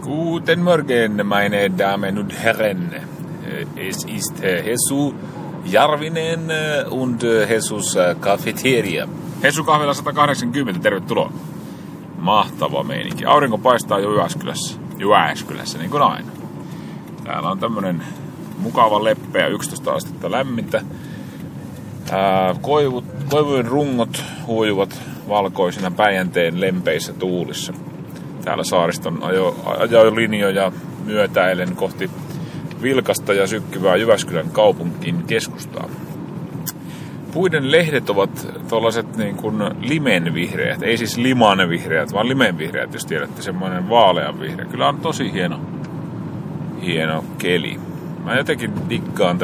Guten Morgen, meine Damen und Herren. Es ist Hesu Jarvinen und Jesus Cafeteria. Hesu kahvila 180, tervetuloa. Mahtava meininki. Aurinko paistaa jo Jyväskylässä, niin kuin aina. Täällä on tämmönen mukava leppeä 11 astetta lämmintä. Koivujen rungot huijuvat valkoisina Päijänteen lempeissä tuulissa. Täällä saariston ajolinjoja myötäilen kohti vilkasta ja sykkyvää Jyväskylän kaupunkin keskustaa. Puiden lehdet ovat tollaiset niin kuin limenvihreät, ei siis limanvihreät, vaan limenvihreät, jos tiedätte, semmoinen vaaleanvihreä. Kyllä on tosi hieno keli. Mä jotenkin diggaan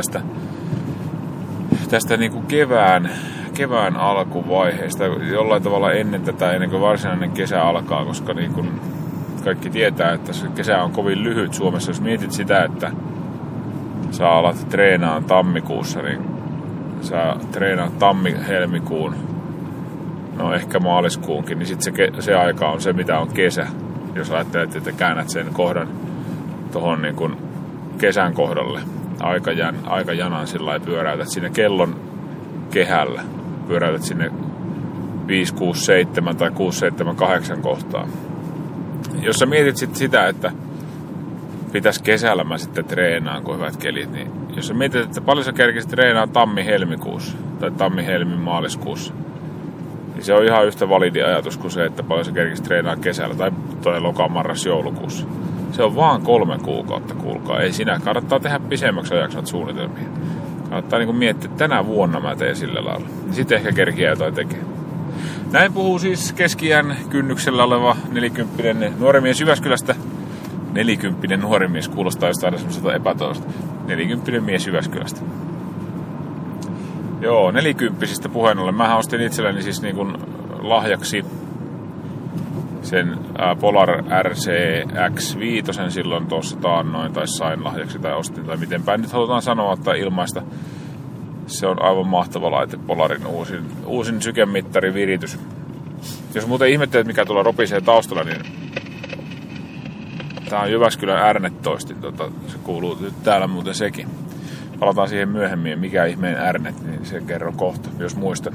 tästä niin kuin kevään alkuvaiheesta jollain tavalla ennen kuin varsinainen kesä alkaa, koska niin kuin kaikki tietää, että se kesä on kovin lyhyt Suomessa. Jos mietit sitä, että sä alat treenaan tammikuussa, niin sä treenaat tammi-helmikuun, no ehkä maaliskuunkin, niin sit se aika on se, mitä on kesä. Jos ajattelet, että käännät sen kohdan tohon niin kuin kesän kohdalle, aikajanan sillä lailla pyöräytät sinne kellon kehällä. Pyöräytät sinne 5, 6, 7 tai 6, 7, 8 kohtaa. Jos sä mietit sitä, että pitäisi kesällä mä sitten treenaan, kun hyvät kelit, niin jos sä mietit, että paljon sä kerkisit treenaa tammi-helmikuussa tai tammi-helmi-maaliskuussa, niin se on ihan yhtä validi ajatus kuin se, että paljon sä kerkisit treenaa kesällä tai loka-marras-joulukuussa. Se on vaan 3 kuukautta, kuulkaa. Ei sinä. Kannattaa tehdä pisemmäksi ajaksi suunnitelmia. Kannattaa niin miettiä, että tänä vuonna mä teen sillä lailla. Sitten ehkä kerkiää jotain tekee. Näin puhuu siis keski-iän kynnyksellä oleva 40 nuori mies Jyväskylästä. 40 nuori mies kuulostaa jostain semmoiselta epätoivosta. 40 mies Jyväskylästä. Joo, 40 puheen ollen. Mähän ostin itselleni siis niin kuin lahjaksi sen Polar RCX5 silloin tuossa taannoin, tai sain lahjaksi tai ostin, tai mitenpäin nyt halutaan sanoa, tai ilmaista. Se on aivan mahtava laite, Polarin uusin sykemittari viritys. Jos muuten ihmettelet, mikä tuolla ropisee taustalla, niin tää on Jyväskylän Ärnet-toistin, se kuuluu nyt täällä muuten sekin. Palataan siihen myöhemmin, mikä ihmeen Ärnet, niin se kerron kohta, jos muistan.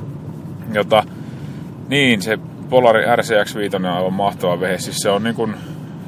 Niin, se Polari RCX5 on aivan mahtava vehe, siis se on niin kuin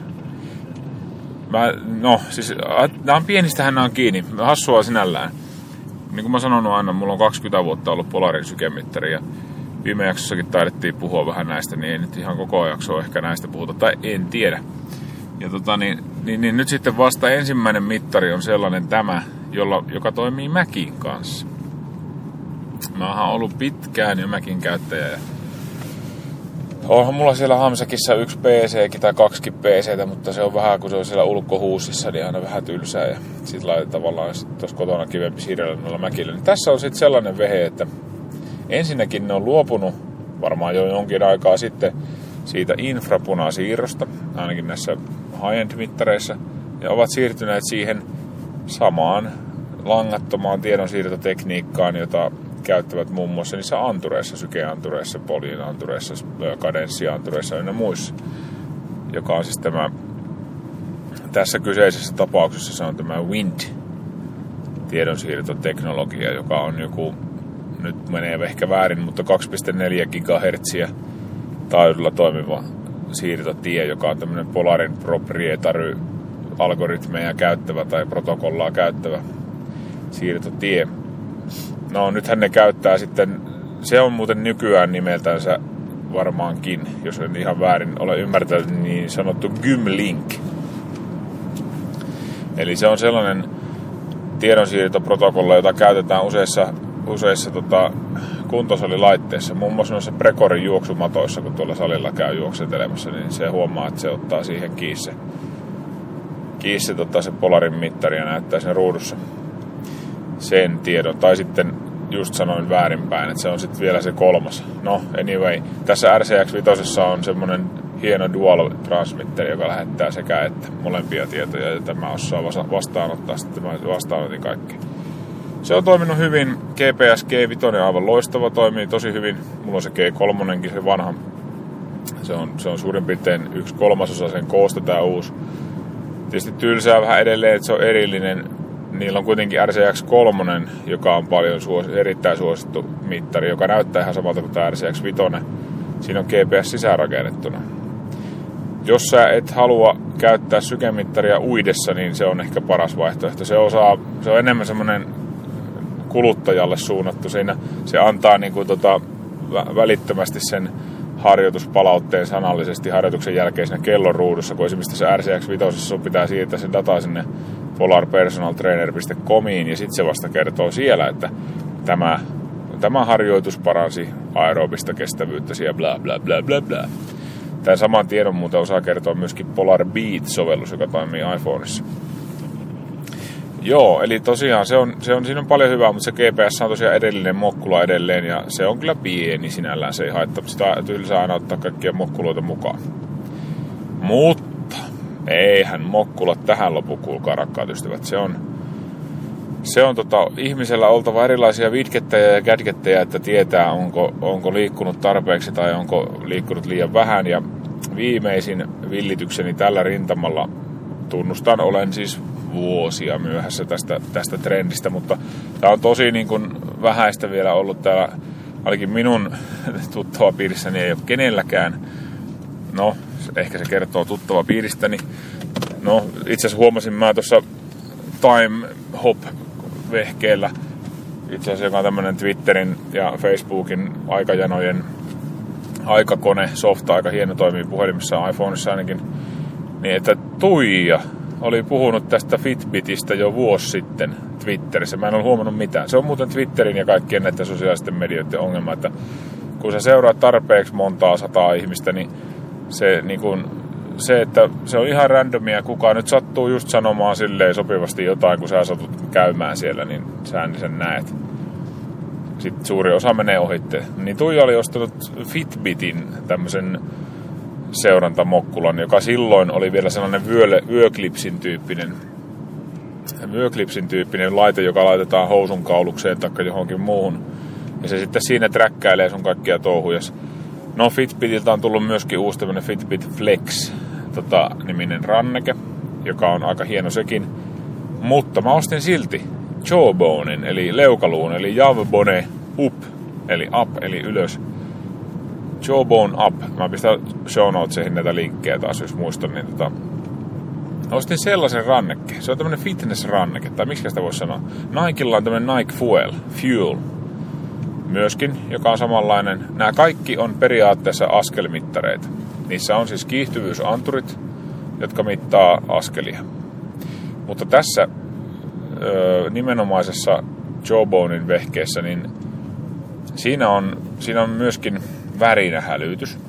nää on pienistähän nää on kiinni, hassua sinällään. Niin kuin mä sanonut aina, mulla on 20 vuotta ollut Polarin sykemittari ja viime jaksossakin taidettiin puhua vähän näistä, niin ei nyt ihan koko jaksoa ehkä näistä puhuta, tai en tiedä. Ja niin nyt sitten vasta ensimmäinen mittari on sellainen tämä, joka toimii Macin kanssa. Mä oon ollut pitkään jo Macin käyttäjä ja onhan mulla siellä Hamsakissa 1 PC tai 2 PCtä, mutta se on vähän, kun se on siellä ulkohuusissa, niin aina vähän tylsää. Ja sit laitetaan tavallaan tuossa kotona kivempi siirrellä noilla Macillä. Niin tässä on sitten sellainen vehe, että ensinnäkin ne on luopunut varmaan jo jonkin aikaa sitten siitä infrapunasiirrosta, ainakin näissä high-end-mittareissa, ja ovat siirtyneet siihen samaan langattomaan tiedonsiirtotekniikkaan, jota käyttävät muun muassa niissä antureissa, sykeantureissa, poliinantureissa, kadenssiantureissa ja muissa, joka on siis tämä, tässä kyseisessä tapauksessa se on tämä WIND tiedonsiirtoteknologia, joka on joku, nyt menee ehkä väärin, mutta 2,4 GHz taajuudella toimiva siirtotie, joka on tämmöinen Polarin proprietary algoritmeja käyttävä tai protokollaa käyttävä siirtotie. No nythän ne käyttää sitten, se on muuten nykyään nimeltänsä varmaankin, jos en ihan väärin ole ymmärtänyt, niin sanottu Gymlink. Eli se on sellainen tiedonsiirtoprotokolla, jota käytetään useissa kuntosalilaitteissa. Muun muassa noissa Precorin juoksumatoissa, kun tuolla salilla käy juoksetelemässä, niin se huomaa, että se ottaa siihen kiinni se Polarin mittari ja näyttää sen ruudussa sen tiedon, tai sitten just sanoin väärinpäin, että se on sitten vielä se 3. No, anyway, tässä RCX5 on semmonen hieno dual transmitteri, joka lähettää sekä että molempia tietoja, ja tämä osaa vastaanottaa, sitten mä vastaanotin kaikkea. Se on toiminut hyvin, GPS G5 on aivan loistava, toimii tosi hyvin, mulla on se G3, se vanha, Se on suurin piirtein 1/3 sen koosta tää uusi. Tietysti tylsää vähän edelleen, että se on erillinen. Niillä on kuitenkin RCX3, joka on paljon erittäin suosittu mittari, joka näyttää ihan samalta kuin tämä RCX5. Siinä on GPS sisäänrakennettuna. Jos sä et halua käyttää sykemittaria uidessa, niin se on ehkä paras vaihtoehto. Se on enemmän semmoinen kuluttajalle suunnattu. Siinä se antaa niin kuin välittömästi sen harjoituspalautteen sanallisesti harjoituksen jälkeisenä kellon ruudussa, kun esimerkiksi tässä RCX5 sun pitää siirtää se data sinne polarpersonaltrainer.comiin ja sitten se vasta kertoo siellä, että tämä harjoitus paransi aerobista kestävyyttä ja bla bla bla bla bla. Tämän saman tiedon muuten osaa kertoa myöskin Polar Beat-sovellus, joka toimii iPhoneissa. Joo, eli tosiaan siinä on paljon hyvää, mutta se GPS on tosiaan edellinen mokkula edelleen ja se on kyllä pieni sinällään, se ei haittaa. Sitä tylsää aina ottaa kaikkia mokkuloita mukaan. Mutta eihän mokkulat tähän lopu, kuulkaa rakkaat ystävät. Se on ihmisellä oltava erilaisia widgettejä ja gadgetteja, että tietää onko liikkunut tarpeeksi tai onko liikkunut liian vähän. Ja viimeisin villitykseni tällä rintamalla, tunnustan, olen siis vuosia myöhässä tästä trendistä, mutta tämä on tosi niin kuin vähäistä vielä ollut täällä, ainakin minun tuttava piirissäni ei ole kenelläkään. No, ehkä se kertoo tuttava piiristäni. No, itse asiassa huomasin mä tuossa Time Hop-vehkeellä, itse asiassa joka on tämmönen Twitterin ja Facebookin aikajanojen aikakone, softa, aika hieno toimii puhelimissa, iPhoneissa ainakin, niin että Tuija oli puhunut tästä Fitbitistä jo vuosi sitten Twitterissä. Mä en ole huomannut mitään. Se on muuten Twitterin ja kaikkien näiden sosiaalisten medioiden ongelma, että kun sä seuraat tarpeeksi montaa 100 ihmistä, niin se, että se on ihan randomia, kuka nyt sattuu just sanomaan silleen sopivasti jotain, kun sä satut käymään siellä, niin sä sen näet. Sitten suuri osa menee ohitte. Niin Tuija oli ostanut Fitbitin tämmösen seurantamokkulan, joka silloin oli vielä sellainen vyöklipsin tyyppinen laite, joka laitetaan housun kaulukseen tai johonkin muuhun. Ja se sitten siinä träkkäilee sun kaikkia touhujas. No, Fitbitiltä on tullut myöskin uusi tämmönen Fitbit Flex niminen ranneke, joka on aika hieno sekin. Mutta mä ostin silti Jawbonen, eli leukaluun, eli Jawbone Up, eli up, eli ylös. Jawbone Up. Mä pistän show notesihin näitä linkkejä taas, jos muistan, niin ostin sellaisen rannekkeen. Se on tämmönen fitness-ranneke, tai miksi sitä voisi sanoa. Nikella on tämmönen Nike Fuel myöskin, joka on samanlainen. Nämä kaikki on periaatteessa askelmittareita. Niissä on siis kiihtyvyysanturit, jotka mittaa askelia. Mutta tässä nimenomaisessa Jawbonen vehkeessä, niin siinä on myöskin värinähälytys.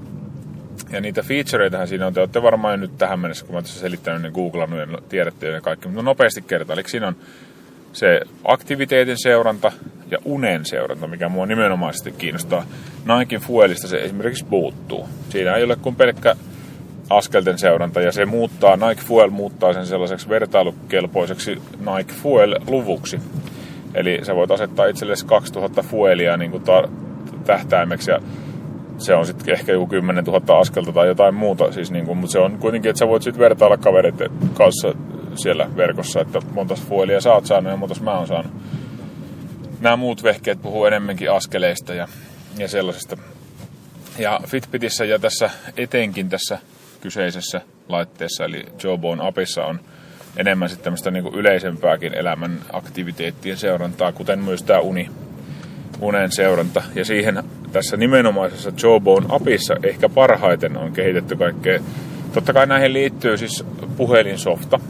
Ja niitä featureitahan siinä on, te olette varmaan jo nyt tähän mennessä, kun mä tässä selittänyt, niin googlannut ja tiedätte jo ne kaikki. Mutta nopeasti kertaan. Eli siinä on se aktiviteetin seuranta ja unen seuranta, mikä mua nimenomaisesti kiinnostaa. Nike Fuelista se esimerkiksi puuttuu. Siinä ei ole kuin pelkkä askelten seuranta, ja se Nike Fuel muuttaa sen sellaiseksi vertailukelpoiseksi Nike Fuel-luvuksi. Eli sä voit asettaa itsellesi 2000 fuelia niin kuin tähtäimeksi, ja se on sitten ehkä joku 10 000 askelta tai jotain muuta. Siis niin kuin, mutta se on kuitenkin, että sä voit sitten vertailla kavereiden kanssa siellä verkossa, että montas fuelia sä oot saanut ja montas mä oon saanut. Nämä muut vehkeet puhuu enemmänkin askeleista ja sellaisesta. Ja Fitbitissä ja tässä etenkin tässä kyseisessä laitteessa, eli Jawbone Appissa, on enemmän sitten tämmöistä niin kuin yleisempääkin elämän aktiviteettien seurantaa, kuten myös tämä unen seuranta. Ja siihen tässä nimenomaisessa Jawbone Appissa ehkä parhaiten on kehitetty kaikkea. Totta kai näihin liittyy siis puhelinsofta.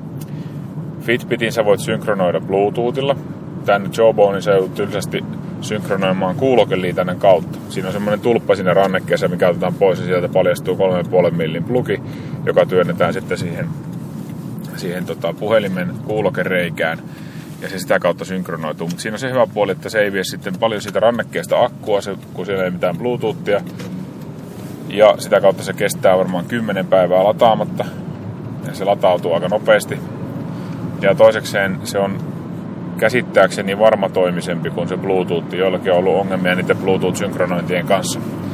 Fitbitin sä voit synkronoida Bluetoothilla. Tän Jawbonen sä joudut tylsästi synkronoimaan kuulokeliitännän kautta. Siinä on semmoinen tulppa siinä rannekkeessa, mikä otetaan pois ja sieltä paljastuu 3,5 millin plugi, joka työnnetään sitten siihen puhelimen kuulokereikään ja se sitä kautta synkronoituu. Mutta siinä on se hyvä puoli, että se ei vie sitten paljon siitä rannekkeesta akkua, kun siellä ei mitään Bluetoothia. Ja sitä kautta se kestää varmaan 10 päivää lataamatta. Ja se latautuu aika nopeasti. Ja toisekseen se on käsittääkseni varmatoimisempi kuin se Bluetooth. Joillakin on ollut ongelmia niiden Bluetooth-synkronointien kanssa.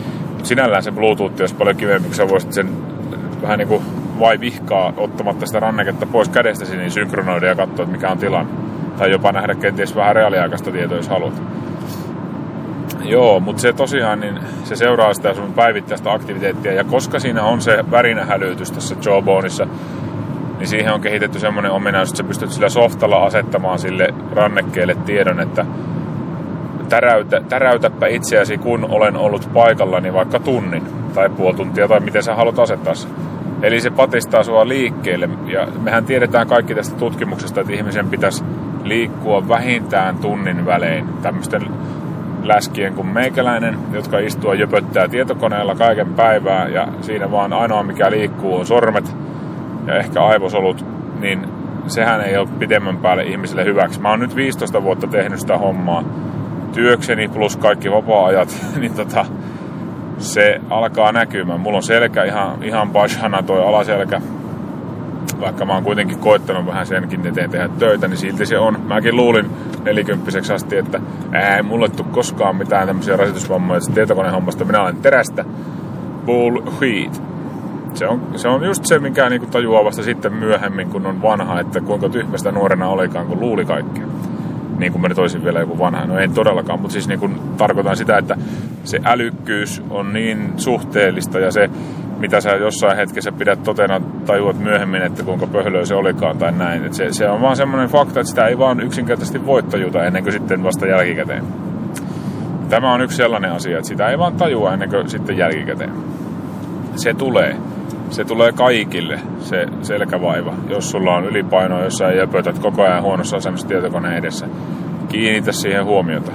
sinällään se Bluetooth olisi paljon kivempi, kun sä voisit sen vähän niinku vai vihkaa ottamatta sitä ranneketta pois kädestäsi, niin synkronoida ja katsoa, mikä on tilanne. Tai jopa nähdä kenties vähän reaaliaikaista tietoa, jos haluat. Joo, mutta se tosiaan, niin se seuraa sitä sun päivittäistä aktiviteettia. Ja koska siinä on se värinähälytys tässä Jawboneissa, niin siihen on kehitetty semmoinen ominaisuus, että sä pystyt sillä softalla asettamaan sille rannekkeelle tiedon, että täräytäpä itseäsi, kun olen ollut paikallani vaikka tunnin tai puoli tuntia tai miten sä haluat asettaa se. Eli se patistaa sua liikkeelle. Ja mehän tiedetään kaikki tästä tutkimuksesta, että ihmisen pitäisi liikkua vähintään tunnin välein tämmöisten läskien kuin meikäläinen, jotka istuu ja jöpöttää tietokoneella kaiken päivää ja siinä vaan ainoa mikä liikkuu on sormet ja ehkä aivosolut, niin sehän ei ole pidemmän päälle ihmiselle hyväksi. Mä oon nyt 15 vuotta tehnyt sitä hommaa työkseni plus kaikki vapaa-ajat, niin se alkaa näkymään. Mulla on selkä ihan bashana toi alaselkä. Vaikka mä oon kuitenkin koittanut vähän senkin eteen tehdä töitä, niin silti se on. Mäkin luulin 40 asti, että ei mulle tule koskaan mitään tämmöisiä rasitusvammoja, että tietokonehommasta minä olen terästä. Bullshit. Se on just se, mikä niinku tajuaa vasta sitten myöhemmin, kun on vanha, että kuinka tyhmästä nuorena olikaan, kun luuli kaikkea. Niin kuin mä nyt olisin vielä joku vanha. No ei todellakaan, mutta siis niin tarkoitan sitä, että se älykkyys on niin suhteellista ja se, mitä sä jossain hetkessä pidät totena, tajuat myöhemmin, että kuinka pöhlöä se olikaan tai näin. Et se on vaan semmoinen fakta, että sitä ei vaan yksinkertaisesti voi tajuta ennen kuin sitten vasta jälkikäteen. Tämä on yksi sellainen asia, että sitä ei vaan tajua ennen kuin sitten jälkikäteen. Se tulee kaikille, se selkävaiva. Jos sulla on ylipainoa, jos sä jöpötät koko ajan huonossa asennossa tietokoneen edessä, kiinnitä siihen huomiota.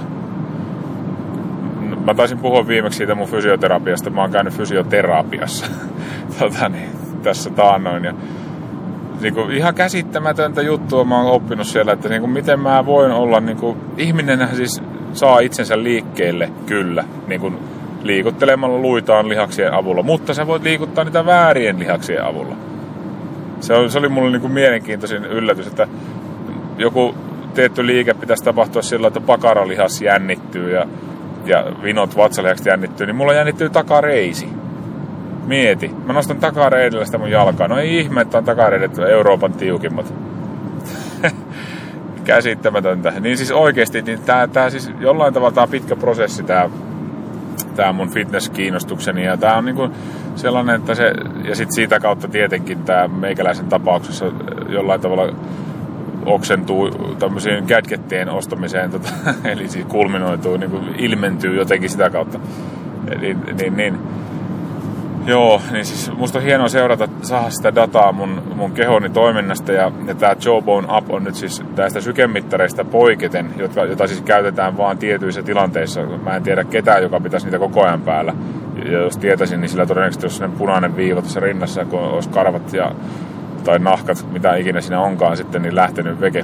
Mä taisin puhua viimeksi siitä mun fysioterapiasta. Mä oon käynyt fysioterapiassa tässä taannoin. Ja, ihan käsittämätöntä juttua mä oon oppinut siellä, että miten mä voin olla... ihminenhän siis saa itsensä liikkeelle kyllä, liikuttelemalla luitaan lihaksien avulla, mutta sä voit liikuttaa niitä väärien lihaksien avulla. Se oli mulle mielenkiintoisin yllätys, että joku tietty liike pitäisi tapahtua sillä, että pakaralihas jännittyy ja vinot vatsalihakset jännittyy, niin mulla jännittyy takareisi. Mieti, mä nostan takareidellä sitä mun jalkaa. No ei ihme, että on takareidet Euroopan tiukimmat. Käsittämätöntä. Niin siis oikeesti, niin tää siis jollain tavalla tää on pitkä prosessi tää mun fitness-kiinnostukseni, ja tää on sellainen, että se, ja sit siitä kautta tietenkin tää meikäläisen tapauksessa jollain tavalla oksentuu tämmöisiin gadgettien ostamiseen, eli siis kulminoituu, ilmentyy jotenkin sitä kautta. Joo, niin siis musta on hienoa saada sitä dataa mun kehoni toiminnasta, ja tää Jawbone App on nyt siis tästä sykemittareista poiketen, jota siis käytetään vaan tietyissä tilanteissa. Mä en tiedä ketään, joka pitäisi niitä koko ajan päällä. Ja jos tietäisin, niin sillä todennäköisesti olisi sellainen punainen viiva tässä rinnassa, kun olisi karvat tai nahkat, mitä ikinä siinä onkaan sitten, niin lähtenyt veke.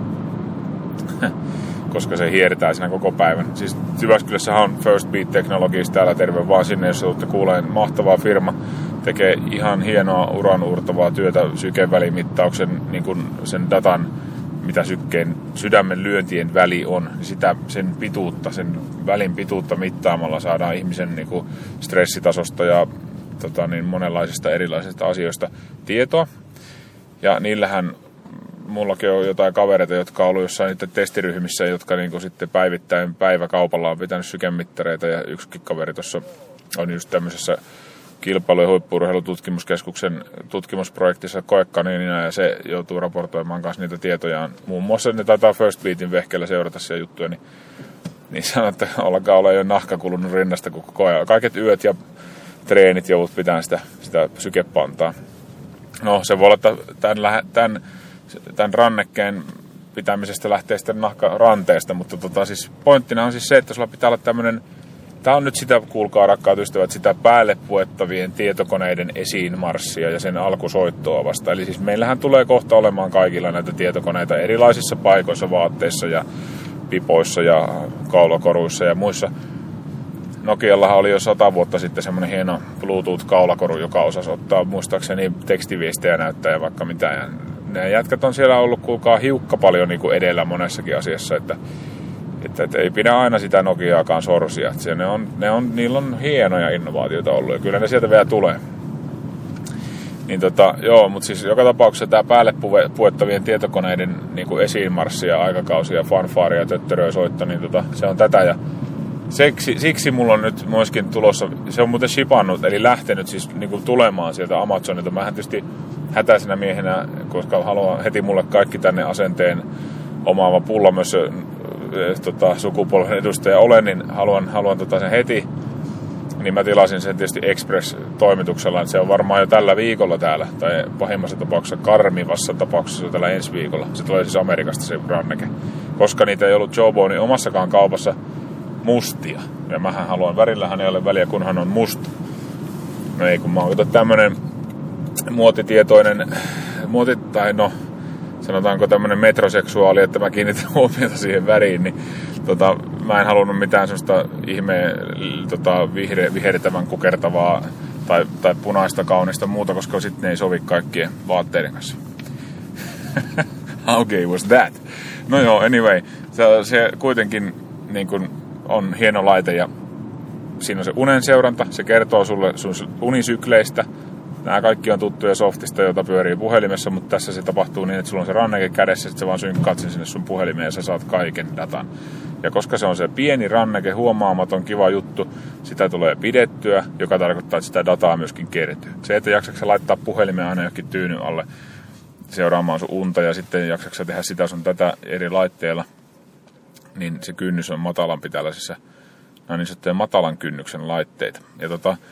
Koska se hiertää siinä koko päivän. Siis Jyväskylässähän on First Beat Technologies, täällä terve vaan sinne, jos tuutte kuuleen. Mahtava firma, tekee ihan hienoa uranuurtavaa työtä sykevälimittauksen, sen datan, mitä sydämen lyöntien väli on. Sen välin pituutta mittaamalla saadaan ihmisen stressitasosta ja monenlaisista erilaisista asioista tietoa. Ja niillähän mullakin on jotain kavereita, jotka on ollut jossain niiden testiryhmissä, jotka sitten päivittäin päiväkaupalla on pitänyt sykemittareita, ja yksikin kaveri tuossa on just tämmöisessä kilpailu- ja huippu-urheilututkimuskeskuksen tutkimusprojektissa koekaniinina, ja se joutuu raportoimaan kanssa niitä tietojaan. Muun muassa ne taitaa First Beatin vehkeellä seurata siellä juttuja, niin sanoo, että alkaa olla jo nahka kulunut rinnasta, kun koko ajan kaiket yöt ja treenit joudut pitämään sitä sykepantaa. No, se voi olla, että tämän rannekkeen pitämisestä lähtee sitten nahka ranteesta, mutta siis pointtina on siis se, että sulla pitää olla tämmönen, tää on nyt sitä, kuulkaa rakkaat ystävät, sitä päälle puettavien tietokoneiden esiinmarssia ja sen alkusoittoa vasta. Eli siis meillähän tulee kohta olemaan kaikilla näitä tietokoneita erilaisissa paikoissa, vaatteissa ja pipoissa ja kaulakoruissa ja muissa. Nokiallahan oli jo 100 vuotta sitten semmoinen hieno Bluetooth-kaulakoru, joka osasi ottaa muistaakseni tekstiviestejä näyttää ja vaikka mitä. Ja ne jätkät on siellä ollut, kuulkaa, hiukka paljon edellä monessakin asiassa, että Että ei pidä aina sitä Nokiaakaan sorsia. Niillä on hienoja innovaatioita ollut ja kyllä ne sieltä vielä tulee. Niin joo, mutta siis joka tapauksessa tämä päälle puettavien tietokoneiden niin kuin esiinmarssia, aikakausia, fanfaaria, töttöröä, soitto, niin se on tätä. Ja siksi mulla on nyt myöskin tulossa, se on muuten shipannut, eli lähtenyt siis niin kuin tulemaan sieltä Amazonilta. Mähän tietysti hätäisenä miehenä, koska haluan heti mulle kaikki tänne asenteen omaava pulla myös sukupolven edustaja olen, niin haluan sen heti. Niin mä tilasin sen tietysti Express-toimituksella, että se on varmaan jo tällä viikolla täällä, tai pahimmassa tapauksessa karmivassa tapauksessa tällä ensi viikolla. Se tulee siis Amerikasta se ranneke, koska niitä ei ollut Jawbonein omassakaan kaupassa mustia. Ja mähän haluan, värillähän ei ole väliä, kunhan on musta. No ei, kun mä oon tämmönen muotitietoinen, sanotaanko tämmönen metroseksuaali, että mä kiinnitän huomiota siihen väriin, niin mä en halunnut mitään semmoista vihertävän kukertavaa tai punaista kaunista muuta, koska sitten ne ei sovi kaikkien vaatteiden kanssa. How gay was that? No joo, anyway. Se kuitenkin niin kun on hieno laite ja siinä on se unen seuranta. Se kertoo sulle sun unisykleistä. Nämä kaikki on tuttuja softista, jota pyörii puhelimessa, mutta tässä se tapahtuu niin, että sulla on se ranneke kädessä, että sä vaan synkkaat sen sinne sun puhelimeen ja sä saat kaiken datan. Ja koska se on se pieni ranneke, huomaamaton, kiva juttu, sitä tulee pidettyä, joka tarkoittaa, että sitä dataa myöskin kertyy. Se, että jaksatko laittaa puhelimeen aina johonkin tyynyn alle seuraamaan sun unta ja sitten jaksatko tehdä sitä sun tätä eri laitteilla, niin se kynnys on matalampi tällaisissa, niin sanottuja matalan kynnyksen laitteita. Ja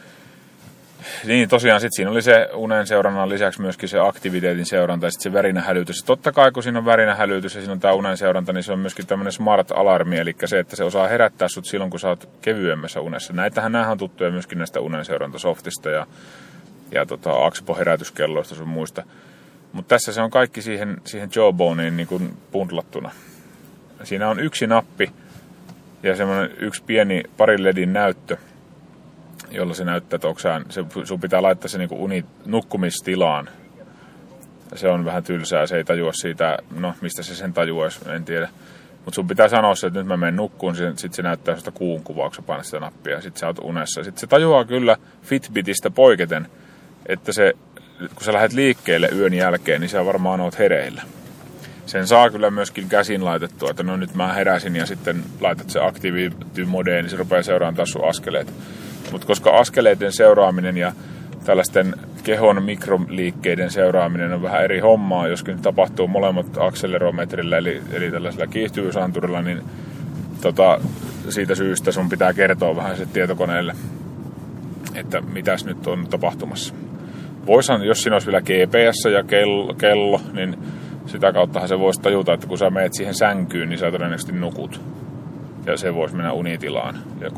niin tosiaan sitten siinä oli se unen seurannan lisäksi myöskin se aktiviteetin seuranta ja sitten se värinähälytys. Totta kai kun siinä on värinähälytys ja siinä on tämä unen seuranta, niin se on myöskin tämmöinen smart-alarmi, eli se, että se osaa herättää sut silloin, kun sä oot kevyemmässä unessa. Nämähän on tuttuja myöskin näistä unen seurantasoftista ja Axpo-herätyskelloista sun muista. Mutta tässä se on kaikki siihen Jawboneen niin kuin bundlattuna. Siinä on yksi nappi ja semmoinen yksi pieni parin ledin näyttö, jolla se näyttää, että sun pitää laittaa se niinku nukkumistilaan. Se on vähän tylsää, se ei tajua siitä, no mistä se sen tajuaisi, en tiedä. Mutta sun pitää sanoa se, että nyt mä menen nukkuun, sitten se näyttää sitä kuun kuvaa, kun sä painat sitä nappia, sitten sä oot unessa. Sitten se tajuaa kyllä Fitbitistä poiketen, että kun sä lähdet liikkeelle yön jälkeen, niin sä varmaan oot hereillä. Sen saa kyllä myöskin käsin laitettua, että no nyt mä heräsin ja sitten laitat se activity-modeen, niin se rupeaa seuraamaan taas sun askeleet. Mutta koska askeleiden seuraaminen ja tällaisten kehon mikroliikkeiden seuraaminen on vähän eri hommaa, joskin tapahtuu molemmat akselerometrillä eli tällaisella kiihtyvyysanturilla, niin siitä syystä sun pitää kertoa vähän se tietokoneelle, että mitäs nyt on tapahtumassa. Voisihan, jos siinä olisi vielä GPS ja kello, niin sitä kauttahan se voisi tajuta, että kun sä meet siihen sänkyyn, niin sä todennäköisesti nukut. Ja se voisi mennä unitilaan. Ja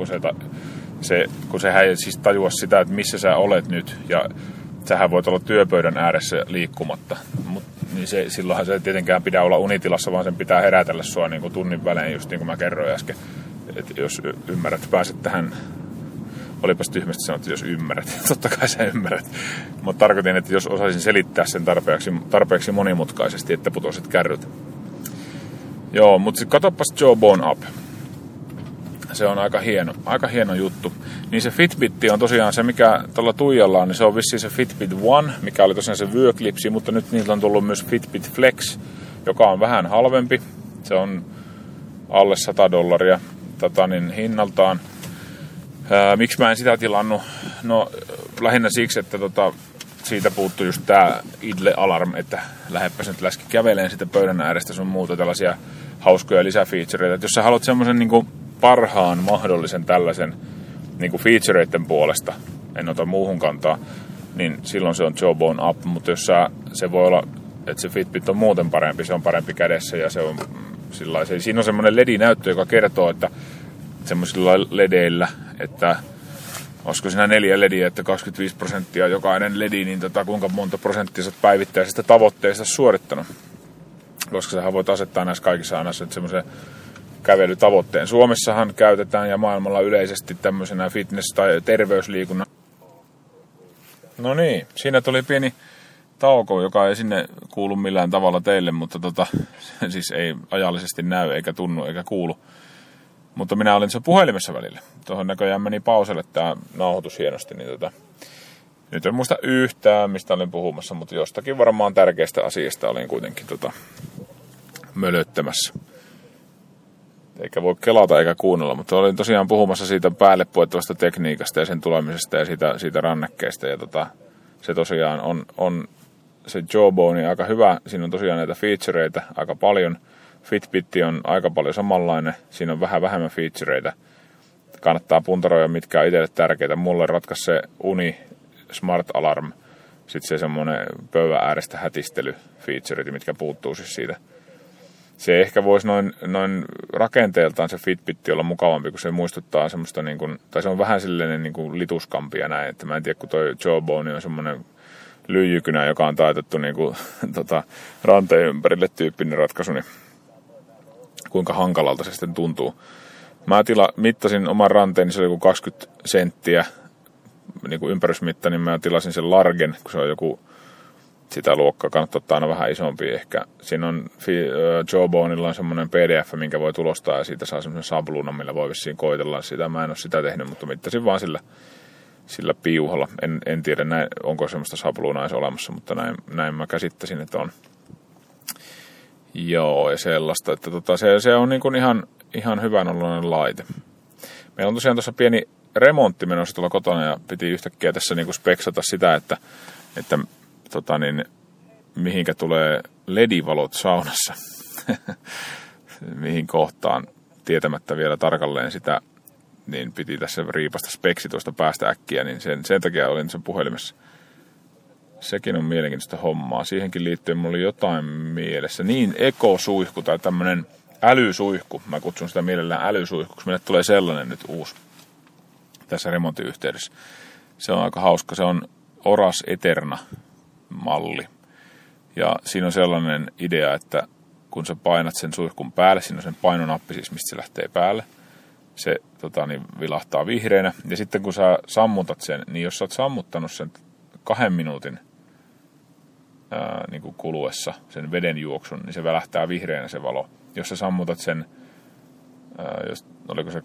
kun sehän ei siis tajua sitä, että missä sä olet nyt, ja sähän voit olla työpöydän ääressä liikkumatta. Niin silloinhan se ei tietenkään pidä olla unitilassa, vaan sen pitää herätellä sua niin kuin tunnin välein, just niin kuin mä kerroin äsken. Että jos ymmärrät, pääset tähän. Olipas tyhmästi sanottu, jos ymmärrät. Totta kai sä ymmärrät. Mutta tarkoitin, että jos osaisin selittää sen tarpeeksi monimutkaisesti, että putoisit kärryt. Joo, mutta katsopas Jawbone Up. Se on aika hieno juttu. Niin se Fitbit on tosiaan se, mikä tuolla Tuijalla on, niin se on vissiin se Fitbit One, mikä oli tosiaan se vyöklipsi, mutta nyt niiltä on tullut myös Fitbit Flex, joka on vähän halvempi. Se on alle $100 hinnaltaan. Miksi mä en sitä tilannut? No lähinnä siksi, että siitä puuttui just tää idle alarm, että lähdepäs nyt läski käveleen sitä pöydän äärestä sun muuta tällaisia hauskoja lisäfeatureita. Et jos sä haluat semmosen niinku parhaan mahdollisen tällaisen niinku featureiden puolesta, en ota muuhun kantaa, niin silloin se on Jawbone Up, mutta jos se voi olla, että se Fitbit on muuten parempi, se on parempi kädessä ja se on sillaisen. Siinä on semmoinen LED-näyttö, joka kertoo, että semmoisilla ledeillä, että olisiko siinä 4 lediä, että 25% jokainen ledi, niin kuinka monta prosenttia sä oot päivittäisestä tavoitteesta suorittanut. Koska sähän voit asettaa näissä kaikissa aina semmoisen kävelytavoitteen. Suomessahan käytetään ja maailmalla yleisesti tämmöisenä fitness- tai terveysliikunnan. No niin, siinä tuli pieni tauko, joka ei sinne kuulu millään tavalla teille, mutta siis ei ajallisesti näy eikä tunnu eikä kuulu. Mutta minä olin se puhelimessa välillä. Tuohon näköjään meni pauselle tämä nauhoitus hienosti. Niin nyt en muista yhtään, mistä olin puhumassa, mutta jostakin varmaan tärkeästä asiasta olin kuitenkin mölöttämässä. Eikä voi kelata eikä kuunnella, mutta olin tosiaan puhumassa siitä päälle puettavasta tekniikasta ja sen tulemisesta ja siitä rannekkeesta. Ja se tosiaan on se Jawbone aika hyvä. Siinä on tosiaan näitä featureita aika paljon. Fitbit on aika paljon samanlainen. Siinä on vähän vähemmän featureita. Kannattaa puntaroida, mitkä on itselle tärkeitä. Mulle ratkaisi se Uni Smart Alarm. Sitten se semmoinen pöydän äärestä hätistely-featureit, mitkä puuttuu siis siitä. Se ehkä voisi noin rakenteeltaan se Fitbit olla mukavampi, kun se muistuttaa semmoista, niin kuin, tai se on vähän silleen niin kuin lituskampi ja näin. Että mä en tiedä, kun toi Jawbone on semmoinen lyijykynä, joka on taitettu niin kuin, ranteen ympärille tyyppinen ratkaisu, niin kuinka hankalalta se sitten tuntuu. Mä mittasin oman ranteen, niin se oli joku 20 senttiä niin kuin ympärysmitta, niin mä tilasin sen Largen, kun se on joku sitä luokkaa, kannattaa ottaa aina vähän isompi ehkä. Siinä on Jawbonella on semmoinen PDF, minkä voi tulostaa ja siitä saa semmoisen sabluunan, millä voi vissiin koitella sitä. Mä en ole sitä tehnyt, mutta mittasin vaan sillä piuhalla. En tiedä, onko semmoista sabluunaa edes olemassa, mutta näin mä käsittäisin, että on. Joo, ja sellaista, että se on niin kuin ihan hyvän oloinen laite. Meillä on tosiaan tuossa pieni remontti menossa tuolla kotona ja piti yhtäkkiä tässä niin kuin speksata sitä, että mihinkä tulee LED-valot saunassa. Mihin kohtaan tietämättä vielä tarkalleen sitä, niin piti tässä riipasta speksi tuosta päästä äkkiä, niin sen takia olin sen puhelimessa. Sekin on mielenkiintoista hommaa. Siihenkin liittyen mulla oli jotain mielessä. Niin, ekosuihku tai tämmönen älysuihku. Mä kutsun sitä mielellään älysuihkuksi. Meille tulee sellainen nyt uusi tässä remontiyhteydessä. Se on aika hauska. Se on Oras Eterna-malli. Ja siinä on sellainen idea, että kun sä painat sen suihkun päälle, siinä on sen painonappi siis, mistä se lähtee päälle. Se vilahtaa vihreänä. Ja sitten kun sä sammutat sen, niin jos sä oot sammuttanut sen 2 minuutin niin kuin kuluessa sen veden juoksun, niin se välähtää vihreänä se valo. Jos sä sammutat sen, oliko se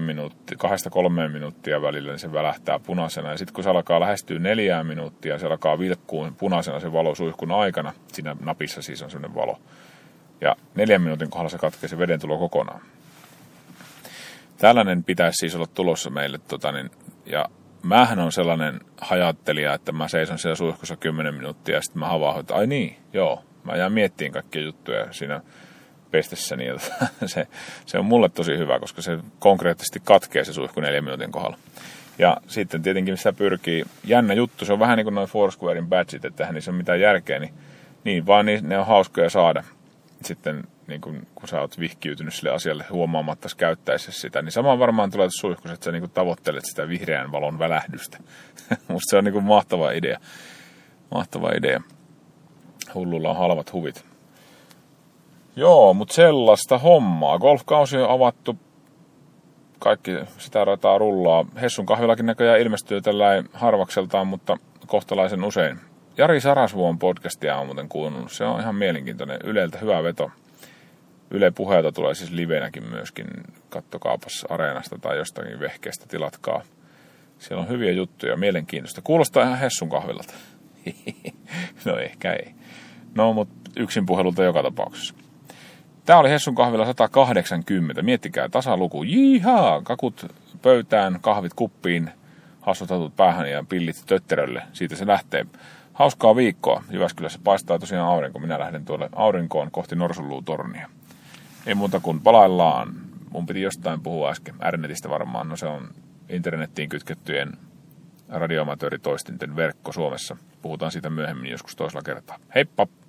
2-3 minuuttia välillä, niin se välähtää punaisena. Ja sitten kun se alkaa lähestyä 4 minuuttia, se alkaa vilkkuun punaisena se valo suihkun aikana. Siinä napissa siis on sellainen valo. Ja 4 minuutin kohdalla se katkee se veden tulo kokonaan. Tällainen pitäisi siis olla tulossa meille. Ja mähän on sellainen hajattelija, että mä seison siellä suihkussa 10 minuuttia ja sitten mä havahduin, että ai niin, joo. Mä jään miettiin kaikkia juttuja siinä pestessäni. Se on mulle tosi hyvä, koska se konkreettisesti katkee se suihku 4 minuutin kohdalla. Ja sitten tietenkin sitä pyrkii. Jännä juttu, se on vähän niin kuin noin Foursquarein badgit, että niissä on mitään järkeä, niin vaan ne on hauskoja saada. Sitten niin kun sä oot vihkiytynyt sille asialle huomaamatta käyttäessä sitä, niin samaan varmaan tulee suihkus, että sä niin tavoittelet sitä vihreän valon välähdystä. Musta se on niin mahtava idea. Mahtava idea. Hullulla on halvat huvit. Joo, mutta sellaista hommaa. Golfkausi on avattu. Kaikki sitä rataa rullaa. Hessun kahvilakin näköjään ilmestyy tällainen harvakseltaan, mutta kohtalaisen usein. Jari Sarasvuon podcastia on muuten kuunnellut. Se on ihan mielenkiintoinen. Yleltä hyvä veto. Yle Puheelta tulee siis livenäkin myöskin. Kattokaapas Areenasta tai jostakin vehkeestä, tilatkaa. Siellä on hyviä juttuja, mielenkiintoista. Kuulostaa ihan Hessun kahvilalta. No ehkä ei. No, mutta yksin puhelulta joka tapauksessa. Tää oli Hessun kahvila 180. Miettikää, tasaluku. Jihaa! Kakut pöytään, kahvit kuppiin, hassutatut päähän ja pillit tötterölle. Siitä se lähtee. Hauskaa viikkoa. Jyväskylässä paistaa tosiaan aurinko. Minä lähden tuolle aurinkoon kohti Norsunluutornia. Ei muuta kuin palaillaan. Mun piti jostain puhua äsken. Ärnetistä varmaan. No se on internettiin kytkettyjen radioamatööritoistinten verkko Suomessa. Puhutaan siitä myöhemmin joskus toisella kertaa. Heippa!